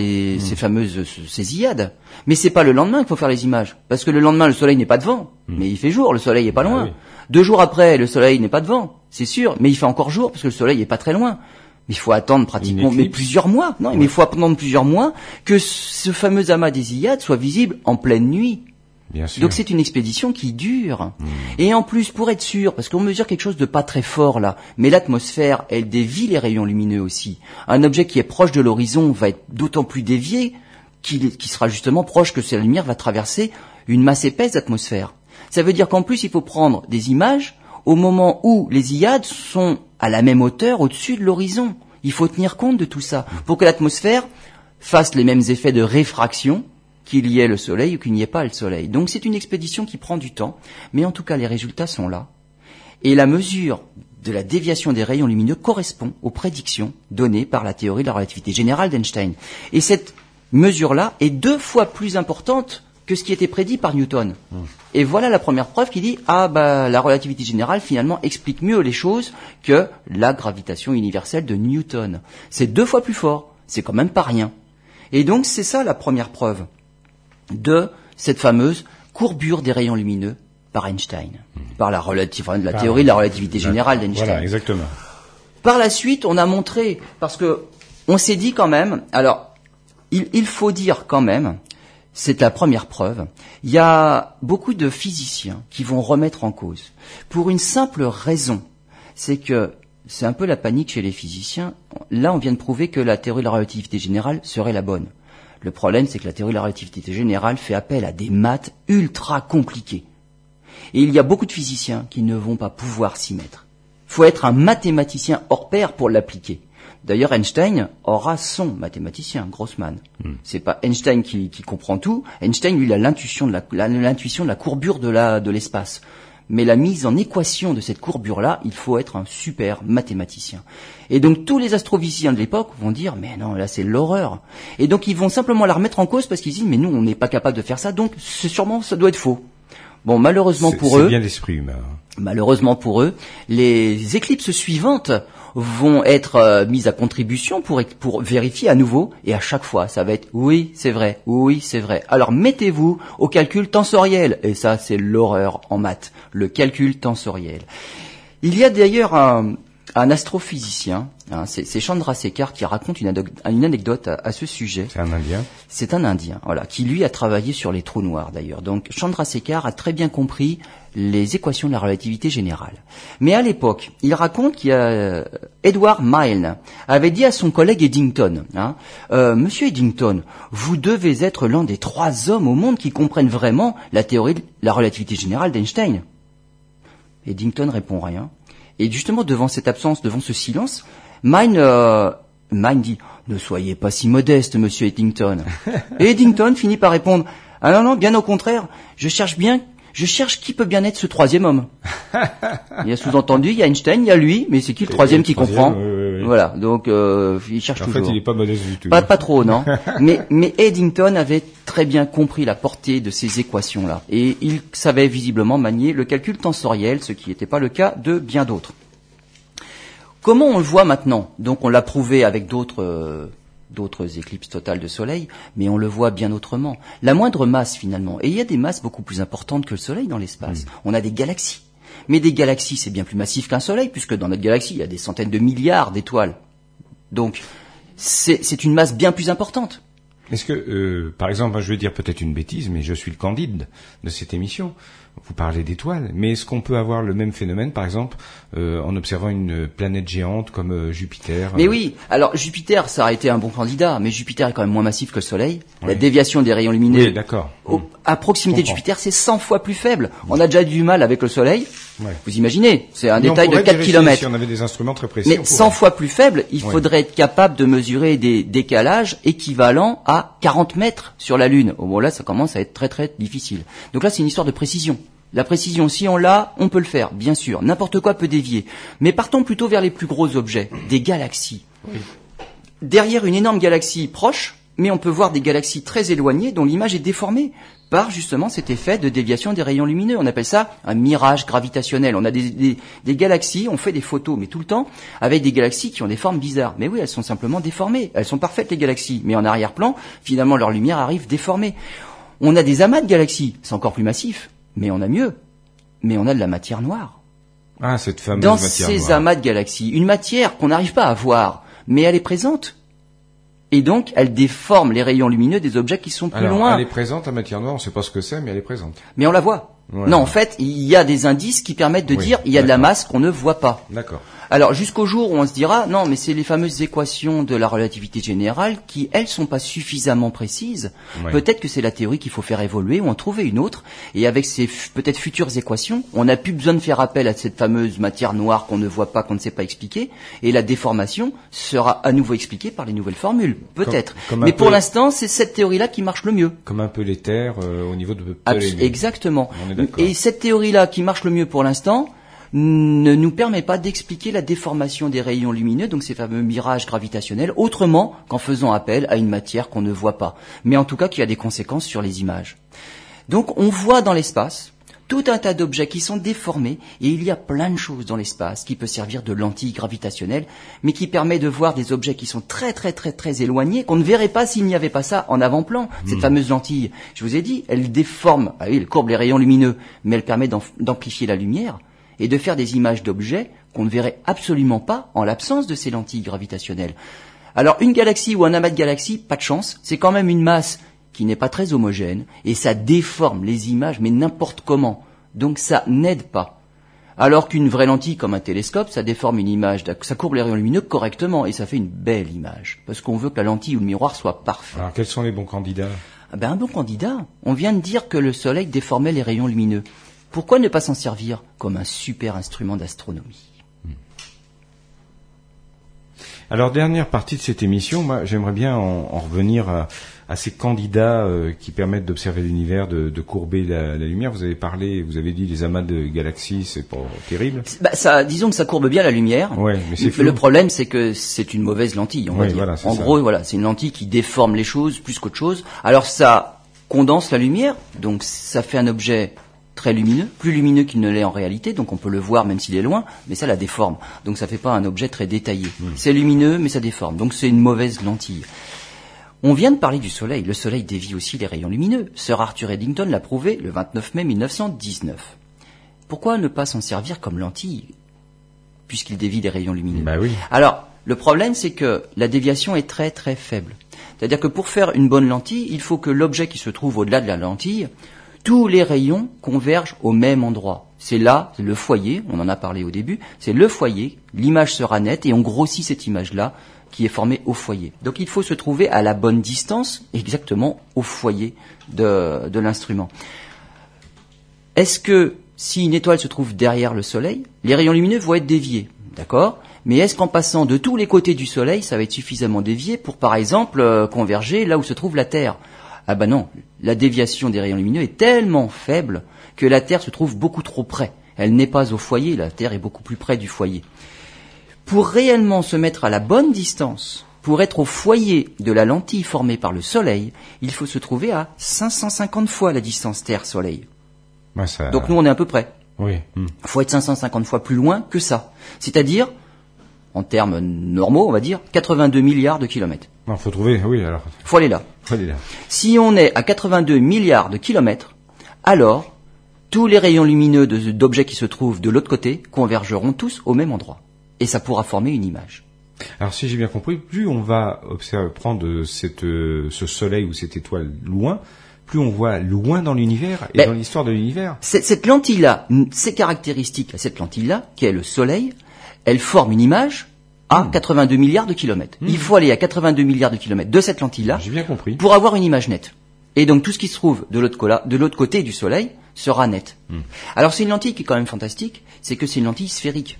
ces Hyades. Mais c'est pas le lendemain qu'il faut faire les images, parce que le lendemain le Soleil n'est pas devant, mais il fait jour, le Soleil est pas loin. Oui. 2 jours après, le Soleil n'est pas devant, c'est sûr, mais il fait encore jour parce que le Soleil est pas très loin. Il faut attendre pratiquement plusieurs mois. Non, mais il faut attendre plusieurs mois que ce fameux amas des Hyades soit visible en pleine nuit.
Bien sûr.
Donc c'est une expédition qui dure. Et en plus, pour être sûr, parce qu'on mesure quelque chose de pas très fort là, mais l'atmosphère, elle dévie les rayons lumineux aussi. Un objet qui est proche de l'horizon va être d'autant plus dévié qu'il sera justement proche que la lumière va traverser une masse épaisse d'atmosphère. Ça veut dire qu'en plus, il faut prendre des images au moment où les Hyades sont à la même hauteur au-dessus de l'horizon. Il faut tenir compte de tout ça pour que l'atmosphère fasse les mêmes effets de réfraction qu'il y ait le Soleil ou qu'il n'y ait pas le Soleil. Donc c'est une expédition qui prend du temps, mais en tout cas les résultats sont là. Et la mesure de la déviation des rayons lumineux correspond aux prédictions données par la théorie de la relativité générale d'Einstein. Et cette mesure-là est 2 fois plus importante que ce qui était prédit par Newton. Et voilà la première preuve qui dit la relativité générale finalement explique mieux les choses que la gravitation universelle de Newton. C'est 2 fois plus fort, c'est quand même pas rien. Et donc c'est ça la première preuve de cette fameuse courbure des rayons lumineux par Einstein, par la théorie de la relativité générale d'Einstein.
Voilà, exactement.
Par la suite, on a montré, parce que on s'est dit quand même, alors il faut dire quand même, c'est la première preuve. Il y a beaucoup de physiciens qui vont remettre en cause. Pour une simple raison, c'est que c'est un peu la panique chez les physiciens. Là, on vient de prouver que la théorie de la relativité générale serait la bonne. Le problème, c'est que la théorie de la relativité générale fait appel à des maths ultra compliquées. Et il y a beaucoup de physiciens qui ne vont pas pouvoir s'y mettre. Il faut être un mathématicien hors pair pour l'appliquer. D'ailleurs, Einstein aura son mathématicien, Grossman. C'est pas Einstein qui comprend tout. Einstein, lui, il a l'intuition de la courbure de l'espace. Mais la mise en équation de cette courbure-là, il faut être un super mathématicien. Et donc, tous les astrophysiciens de l'époque vont dire, mais non, là, c'est l'horreur. Et donc, ils vont simplement la remettre en cause parce qu'ils disent, mais nous, on n'est pas capable de faire ça, donc, sûrement, ça doit être faux. Bon, malheureusement pour eux.
C'est bien l'esprit humain.
Malheureusement pour eux, les éclipses suivantes vont être mises à contribution pour vérifier à nouveau, et à chaque fois, ça va être oui, c'est vrai, oui, c'est vrai. Alors mettez-vous au calcul tensoriel, et ça, c'est l'horreur en maths, le calcul tensoriel. Il y a d'ailleurs un astrophysicien, c'est Chandrasekhar qui raconte une anecdote à ce sujet.
C'est un Indien.
C'est un Indien, voilà, qui lui a travaillé sur les trous noirs d'ailleurs. Donc Chandrasekhar a très bien compris les équations de la relativité générale. Mais à l'époque, il raconte qu'il y a Edward Milne avait dit à son collègue Eddington, Monsieur Eddington, vous devez être l'un des 3 hommes au monde qui comprennent vraiment la théorie de la relativité générale d'Einstein. Eddington répond rien. Et justement, devant cette absence, devant ce silence, Milne dit « Ne soyez pas si modeste, monsieur Eddington. » Et Eddington finit par répondre « Ah non, bien au contraire, je cherche qui peut bien être ce 3e homme. » Il y a sous-entendu, il y a Einstein, il y a lui, mais c'est qui le 3e qui comprend? Oui. Voilà, donc il cherche toujours.
En fait, il n'est pas modeste du tout.
Pas trop, non. mais Eddington avait très bien compris la portée de ces équations-là. Et il savait visiblement manier le calcul tensoriel, ce qui n'était pas le cas de bien d'autres. Comment on le voit maintenant? Donc on l'a prouvé avec d'autres éclipses totales de Soleil, mais on le voit bien autrement. La moindre masse finalement, et il y a des masses beaucoup plus importantes que le Soleil dans l'espace. On a des galaxies. Mais des galaxies, c'est bien plus massif qu'un Soleil, puisque dans notre galaxie, il y a des centaines de milliards d'étoiles. Donc, c'est une masse bien plus importante.
Est-ce que, par exemple, je vais dire peut-être une bêtise, mais je suis le candide de cette émission. Vous parlez d'étoiles, mais est-ce qu'on peut avoir le même phénomène, par exemple, en observant une planète géante comme Jupiter?
Mais oui, alors Jupiter, ça a été un bon candidat, mais Jupiter est quand même moins massif que le Soleil. Oui. La déviation des rayons lumineux
oui, d'accord.
À proximité de Jupiter, c'est 100 fois plus faible. On a déjà du mal avec le Soleil.
Ouais.
Vous imaginez, c'est un
Mais
détail de 4 km.
Si on avait des instruments très précis.
Mais 100 fois plus faible, il faudrait être capable de mesurer des décalages équivalents à 40 mètres sur la Lune. Au moment là, ça commence à être très très difficile. Donc là, c'est une histoire de précision. La précision, si on l'a, on peut le faire, bien sûr. N'importe quoi peut dévier. Mais partons plutôt vers les plus gros objets, des galaxies. Oui. Derrière une énorme galaxie proche, mais on peut voir des galaxies très éloignées dont l'image est déformée par justement cet effet de déviation des rayons lumineux. On appelle ça un mirage gravitationnel. On a des galaxies, on fait des photos, mais tout le temps, avec des galaxies qui ont des formes bizarres. Mais oui, elles sont simplement déformées. Elles sont parfaites, les galaxies. Mais en arrière-plan, finalement, leur lumière arrive déformée. On a des amas de galaxies. C'est encore plus massif. Mais on a mieux. Mais on a de la matière noire.
Ah, cette fameuse
dans
matière noire.
Dans ces amas de galaxies. Une matière qu'on n'arrive pas à voir, mais elle est présente. Et donc, elle déforme les rayons lumineux des objets qui sont plus loin.
Elle est présente, la matière noire, on ne sait pas ce que c'est, mais elle est présente.
Mais on la voit. Ouais. Non, en fait, il y a des indices qui permettent de dire il y a de la masse qu'on ne voit pas.
D'accord.
Alors, jusqu'au jour où on se dira, non, mais c'est les fameuses équations de la relativité générale qui, elles, sont pas suffisamment précises. Ouais. Peut-être que c'est la théorie qu'il faut faire évoluer ou en trouver une autre. Et avec ces peut-être futures équations, on n'a plus besoin de faire appel à cette fameuse matière noire qu'on ne voit pas, qu'on ne sait pas expliquer. Et la déformation sera à nouveau expliquée par les nouvelles formules. Peut-être. Mais pour l'instant, c'est cette théorie-là qui marche le mieux.
Comme un peu l'éther au niveau de Ptolémée.
Exactement. Et cette théorie-là qui marche le mieux pour l'instant ne nous permet pas d'expliquer la déformation des rayons lumineux, donc ces fameux mirages gravitationnels, autrement qu'en faisant appel à une matière qu'on ne voit pas, mais en tout cas qui a des conséquences sur les images. Donc on voit dans l'espace tout un tas d'objets qui sont déformés, et il y a plein de choses dans l'espace qui peut servir de lentille gravitationnelle, mais qui permet de voir des objets qui sont très très très très éloignés, qu'on ne verrait pas s'il n'y avait pas ça en avant-plan. Cette fameuse lentille, je vous ai dit, elle déforme, ah oui, elle courbe les rayons lumineux, mais elle permet d'amplifier la lumière, et de faire des images d'objets qu'on ne verrait absolument pas en l'absence de ces lentilles gravitationnelles. Alors une galaxie ou un amas de galaxies, pas de chance, c'est quand même une masse qui n'est pas très homogène, et ça déforme les images, mais n'importe comment. Donc ça n'aide pas. Alors qu'une vraie lentille comme un télescope, ça déforme une image, ça courbe les rayons lumineux correctement, et ça fait une belle image. Parce qu'on veut que la lentille ou le miroir soit parfait.
Alors quels sont les bons candidats ?
Un bon candidat, on vient de dire que le soleil déformait les rayons lumineux. Pourquoi ne pas s'en servir comme un super instrument d'astronomie ?
Alors, dernière partie de cette émission, moi, j'aimerais bien en revenir à ces candidats qui permettent d'observer l'univers, de courber la lumière. Vous avez dit les amas de galaxies, c'est pas terrible.
Disons que ça courbe bien la lumière.
Ouais, mais c'est flou.
Le problème, c'est que c'est une mauvaise lentille, on va dire.
Voilà,
en gros, voilà, c'est une lentille qui déforme les choses plus qu'autre chose. Alors, ça condense la lumière, donc ça fait un objet très lumineux, plus lumineux qu'il ne l'est en réalité, donc on peut le voir même s'il est loin, mais ça la déforme. Donc ça fait pas un objet très détaillé. C'est lumineux, mais ça déforme. Donc c'est une mauvaise lentille. On vient de parler du soleil. Le soleil dévie aussi les rayons lumineux. Sir Arthur Eddington l'a prouvé le 29 mai 1919. Pourquoi ne pas s'en servir comme lentille, puisqu'il dévie les rayons lumineux ?
Oui.
Alors, le problème, c'est que la déviation est très très faible. C'est-à-dire que pour faire une bonne lentille, il faut que l'objet qui se trouve au-delà de la lentille, tous les rayons convergent au même endroit. C'est là, c'est le foyer, on en a parlé au début, c'est le foyer, l'image sera nette et on grossit cette image-là qui est formée au foyer. Donc il faut se trouver à la bonne distance, exactement au foyer de l'instrument. Est-ce que si une étoile se trouve derrière le Soleil, les rayons lumineux vont être déviés, d'accord ? Mais est-ce qu'en passant de tous les côtés du Soleil, ça va être suffisamment dévié pour, par exemple, converger là où se trouve la Terre ? Ah ben non, la déviation des rayons lumineux est tellement faible que la Terre se trouve beaucoup trop près. Elle n'est pas au foyer, la Terre est beaucoup plus près du foyer. Pour réellement se mettre à la bonne distance, pour être au foyer de la lentille formée par le Soleil, il faut se trouver à 550 fois la distance Terre-Soleil. Donc nous on est à peu près.
Oui.
Il faut être 550 fois plus loin que ça. C'est-à-dire, en termes normaux, on va dire, 82 milliards de kilomètres.
Non, faut trouver, oui, alors.
Faut aller là. Si on est à 82 milliards de kilomètres, alors, tous les rayons lumineux d'objets qui se trouvent de l'autre côté convergeront tous au même endroit. Et ça pourra former une image.
Alors, si j'ai bien compris, plus on va prendre ce soleil ou cette étoile loin, plus on voit loin dans l'univers et dans l'histoire de l'univers.
Cette lentille-là, ces caractéristiques, cette lentille-là, qui est le soleil, elle forme une image à 82 milliards de kilomètres. Il faut aller à 82 milliards de kilomètres de cette lentille-là.
J'ai bien compris.
Pour avoir une image nette. Et donc tout ce qui se trouve de l'autre côté du Soleil sera net. Alors c'est une lentille qui est quand même fantastique, c'est que c'est une lentille sphérique.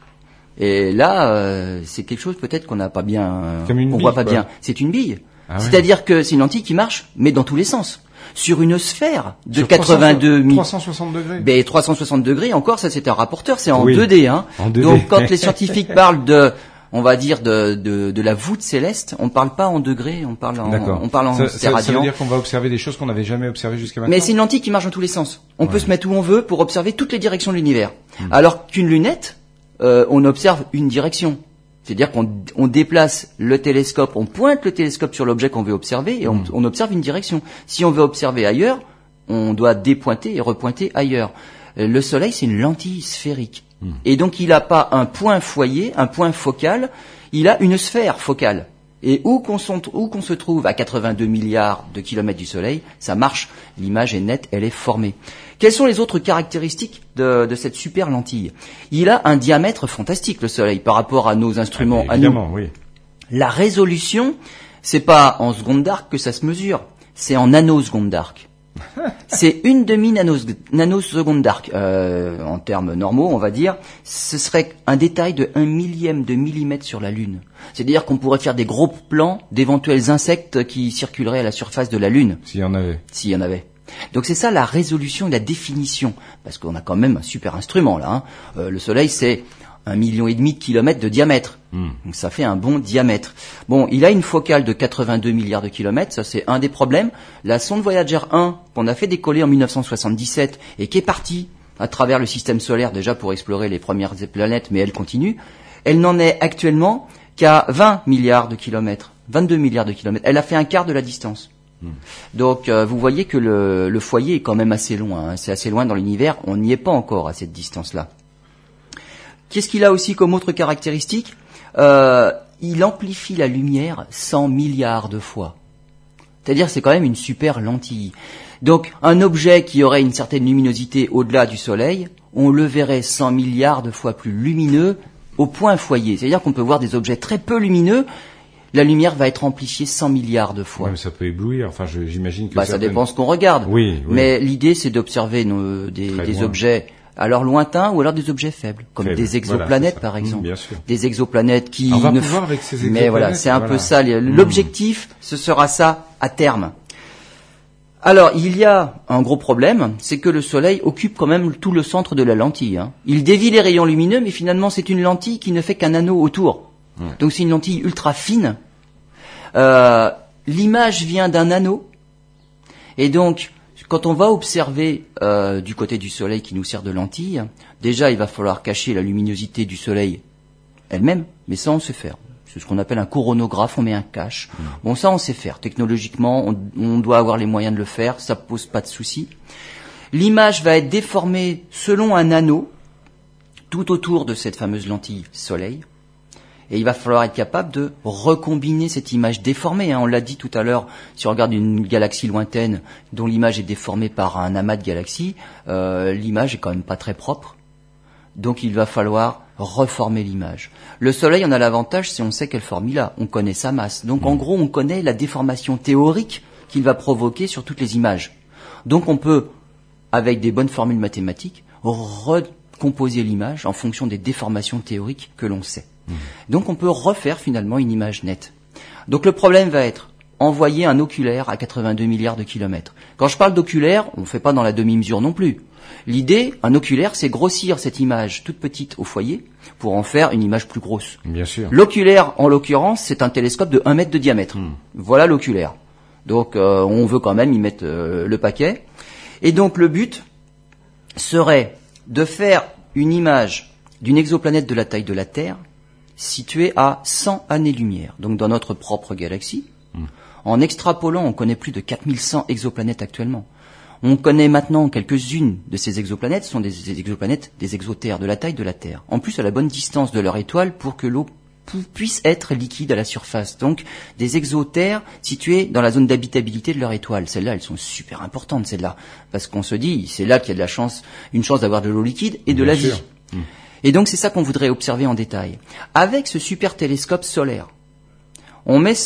Et là, c'est quelque chose peut-être qu'on n'a pas bien,
on
voit pas bien. C'est une bille.
Ah
C'est-à-dire que c'est une lentille qui marche, mais dans tous les sens. Sur une sphère de 82 000...
360 degrés.
Ben, 360 degrés, encore, ça c'est un rapporteur, c'est en
Oui.
2D, hein.
En 2D.
Donc, quand les scientifiques parlent on va dire de la voûte céleste, on parle pas en degrés, on parle en
ça
radians.
veut dire qu'on va observer des choses qu'on n'avait jamais observées jusqu'à maintenant.
Mais c'est une lentille qui marche dans tous les sens. On peut se mettre où on veut pour observer toutes les directions de l'univers. Alors qu'une lunette, on observe une direction. C'est-à-dire qu'on déplace le télescope, on pointe le télescope sur l'objet qu'on veut observer et on observe une direction. Si on veut observer ailleurs, on doit dépointer et repointer ailleurs. Le Soleil, c'est une lentille sphérique. Et donc, il n'a pas un point foyer, un point focal, il a une sphère focale. Et où qu'on se trouve à 82 milliards de kilomètres du Soleil, ça marche, l'image est nette, elle est formée. Quelles sont les autres caractéristiques de cette super lentille? Il a un diamètre fantastique, le Soleil, par rapport à nos instruments,
évidemment, oui.
La résolution, c'est pas en seconde d'arc que ça se mesure, c'est en nanoseconde d'arc. C'est une demi-nanoseconde d'arc. En termes normaux, on va dire, ce serait un détail de 1 millième de millimètre sur la Lune. C'est-à-dire qu'on pourrait faire des gros plans d'éventuels insectes qui circuleraient à la surface de la Lune.
S'il y en avait.
S'il y en avait. Donc c'est ça la résolution et la définition. Parce qu'on a quand même un super instrument là. Le Soleil, c'est 1,5 million de kilomètres de diamètre. Donc ça fait un bon diamètre. Bon, il a une focale de 82 milliards de kilomètres, ça c'est un des problèmes. La sonde Voyager 1, qu'on a fait décoller en 1977 et qui est partie à travers le système solaire déjà pour explorer les premières planètes, mais elle continue, elle n'en est actuellement qu'à 20 milliards de kilomètres, 22 milliards de kilomètres. Elle a fait un quart de la distance. Donc vous voyez que le foyer est quand même assez loin, hein. C'est assez loin dans l'univers, on n'y est pas encore à cette distance-là. Qu'est-ce qu'il a aussi comme autre caractéristique? Il amplifie la lumière 100 milliards de fois. C'est-à-dire c'est quand même une super lentille. Donc un objet qui aurait une certaine luminosité au-delà du Soleil, on le verrait 100 milliards de fois plus lumineux au point foyer. C'est-à-dire qu'on peut voir des objets très peu lumineux, la lumière va être amplifiée 100 milliards de fois.
Ouais, mais ça peut éblouir, enfin j'imagine que...
Ça dépend ce qu'on regarde.
Oui.
Mais l'idée c'est d'observer des objets alors lointains ou alors des objets faibles, comme des exoplanètes voilà, par exemple.
Bien sûr.
Des exoplanètes qui...
On va pouvoir avec ces exoplanètes.
Mais voilà, c'est un peu ça. L'objectif, ce sera ça à terme. Alors, il y a un gros problème, c'est que le Soleil occupe quand même tout le centre de la lentille. Hein. Il dévie les rayons lumineux, mais finalement c'est une lentille qui ne fait qu'un anneau autour. Donc c'est une lentille ultra fine. L'image vient d'un anneau. Et donc... Quand on va observer du côté du Soleil qui nous sert de lentille, déjà il va falloir cacher la luminosité du Soleil elle-même, mais ça on sait faire. C'est ce qu'on appelle un coronographe, on met un cache. Bon, ça on sait faire. Technologiquement, on doit avoir les moyens de le faire, ça pose pas de souci. L'image va être déformée selon un anneau tout autour de cette fameuse lentille Soleil. Et il va falloir être capable de recombiner cette image déformée. Hein. On l'a dit tout à l'heure, si on regarde une galaxie lointaine dont l'image est déformée par un amas de galaxies, l'image est quand même pas très propre. Donc il va falloir reformer l'image. Le Soleil en a l'avantage, c'est on sait quelle forme il a, on connaît sa masse. Donc en gros, on connaît la déformation théorique qu'il va provoquer sur toutes les images. Donc on peut, avec des bonnes formules mathématiques, recomposer l'image en fonction des déformations théoriques que l'on sait. Donc on peut refaire finalement une image nette. Donc le problème va être envoyer un oculaire à 82 milliards de kilomètres. Quand je parle d'oculaire, on ne fait pas dans la demi-mesure non plus. L'idée, un oculaire, c'est grossir cette image toute petite au foyer pour en faire une image plus grosse.
Bien sûr.
L'oculaire, en l'occurrence, c'est un télescope de 1 mètre de diamètre. Voilà l'oculaire. Donc on veut quand même y mettre le paquet. Et donc le but serait de faire une image d'une exoplanète de la taille de la Terre située à 100 années-lumière, donc dans notre propre galaxie. En extrapolant, on connaît plus de 4100 exoplanètes actuellement. On connaît maintenant quelques-unes de ces exoplanètes, ce sont des exoplanètes, des exotères de la taille de la Terre. En plus, à la bonne distance de leur étoile pour que l'eau puisse être liquide à la surface. Donc, des exotères situés dans la zone d'habitabilité de leur étoile. Celles-là, elles sont super importantes, celles-là. Parce qu'on se dit, c'est là qu'il y a une chance d'avoir de l'eau liquide et de la vie. Et donc, c'est ça qu'on voudrait observer en détail. Avec ce super télescope solaire, on met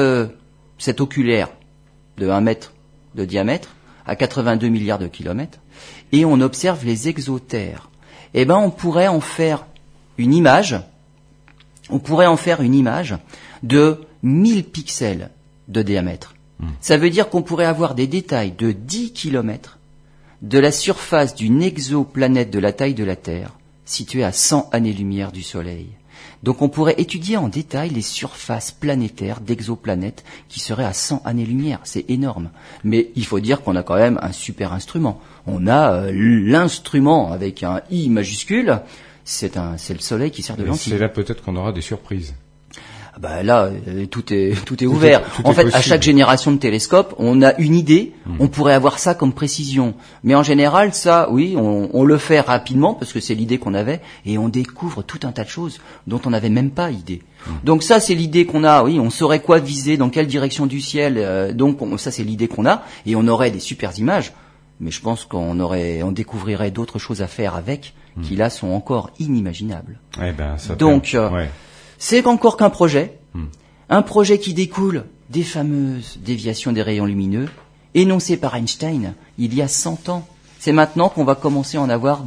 cet oculaire de 1 mètre de diamètre à 82 milliards de kilomètres et on observe les exotères. eh ben on pourrait en faire une image. On pourrait en faire une image de 1000 pixels de diamètre. Ça veut dire qu'on pourrait avoir des détails de 10 kilomètres de la surface d'une exoplanète de la taille de la Terre, située à 100 années-lumière du Soleil. Donc on pourrait étudier en détail les surfaces planétaires d'exoplanètes qui seraient à 100 années-lumière. C'est énorme. Mais il faut dire qu'on a quand même un super instrument. On a l'instrument avec un I majuscule. C'est le Soleil qui sert de lentille.
C'est là peut-être qu'on aura des surprises.
Bah là, tout est ouvert. En fait, à chaque génération de télescope, on a une idée, on pourrait avoir ça comme précision. Mais en général, ça, oui, on le fait rapidement parce que c'est l'idée qu'on avait et on découvre tout un tas de choses dont on n'avait même pas idée. Donc ça, c'est l'idée qu'on a, oui, on saurait quoi viser, dans quelle direction du ciel, ça c'est l'idée qu'on a et on aurait des super images. Mais je pense on découvrirait d'autres choses à faire avec qui là sont encore inimaginables.
Eh ben, ça ouais.
C'est encore qu'un projet, un projet qui découle des fameuses déviations des rayons lumineux, énoncées par Einstein il y a 100 ans. C'est maintenant qu'on va commencer à en avoir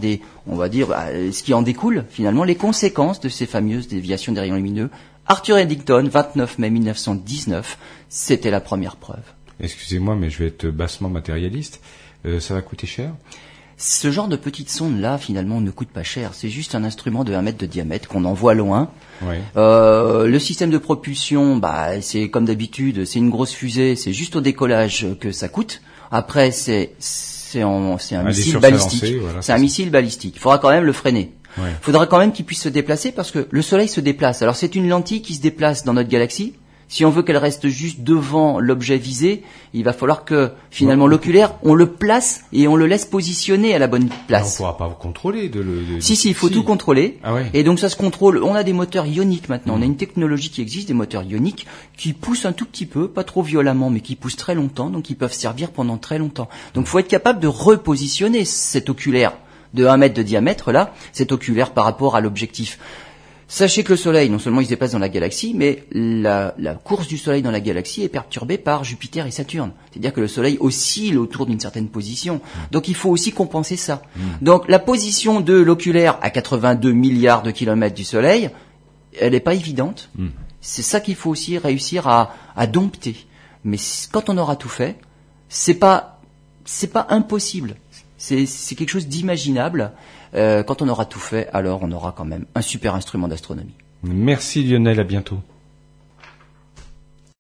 ce qui en découle, finalement, les conséquences de ces fameuses déviations des rayons lumineux. Arthur Eddington, 29 mai 1919, c'était la première preuve.
Excusez-moi, mais je vais être bassement matérialiste. Ça va coûter cher ?
Ce genre de petite sonde-là, finalement, ne coûte pas cher. C'est juste un instrument de 1 mètre de diamètre qu'on envoie loin.
Ouais.
Le système de propulsion, c'est comme d'habitude, c'est une grosse fusée. C'est juste au décollage que ça coûte. Après, c'est un missile balistique. Voilà, c'est un missile balistique. Il faudra quand même le freiner. Il faudra quand même qu'il puisse se déplacer parce que le Soleil se déplace. Alors, c'est une lentille qui se déplace dans notre galaxie. Si on veut qu'elle reste juste devant l'objet visé, il va falloir que, finalement, l'oculaire, on le place et on le laisse positionner à la bonne place.
On ne pourra pas contrôler
Si, il faut tout contrôler.
Ah ouais.
Et donc, ça se contrôle. On a des moteurs ioniques maintenant. On a une technologie qui existe, des moteurs ioniques, qui poussent un tout petit peu, pas trop violemment, mais qui poussent très longtemps, donc ils peuvent servir pendant très longtemps. Donc, il faut être capable de repositionner cet oculaire de 1 mètre de diamètre, là, cet oculaire par rapport à l'objectif. Sachez que le Soleil, non seulement il se déplace dans la galaxie, mais la course du Soleil dans la galaxie est perturbée par Jupiter et Saturne. C'est-à-dire que le Soleil oscille autour d'une certaine position. Donc il faut aussi compenser ça. Donc la position de l'oculaire à 82 milliards de kilomètres du Soleil, elle n'est pas évidente. C'est ça qu'il faut aussi réussir à dompter. Mais quand on aura tout fait, c'est pas impossible. C'est quelque chose d'imaginable. Quand on aura tout fait, alors on aura quand même un super instrument d'astronomie.
Merci Lionel, à bientôt.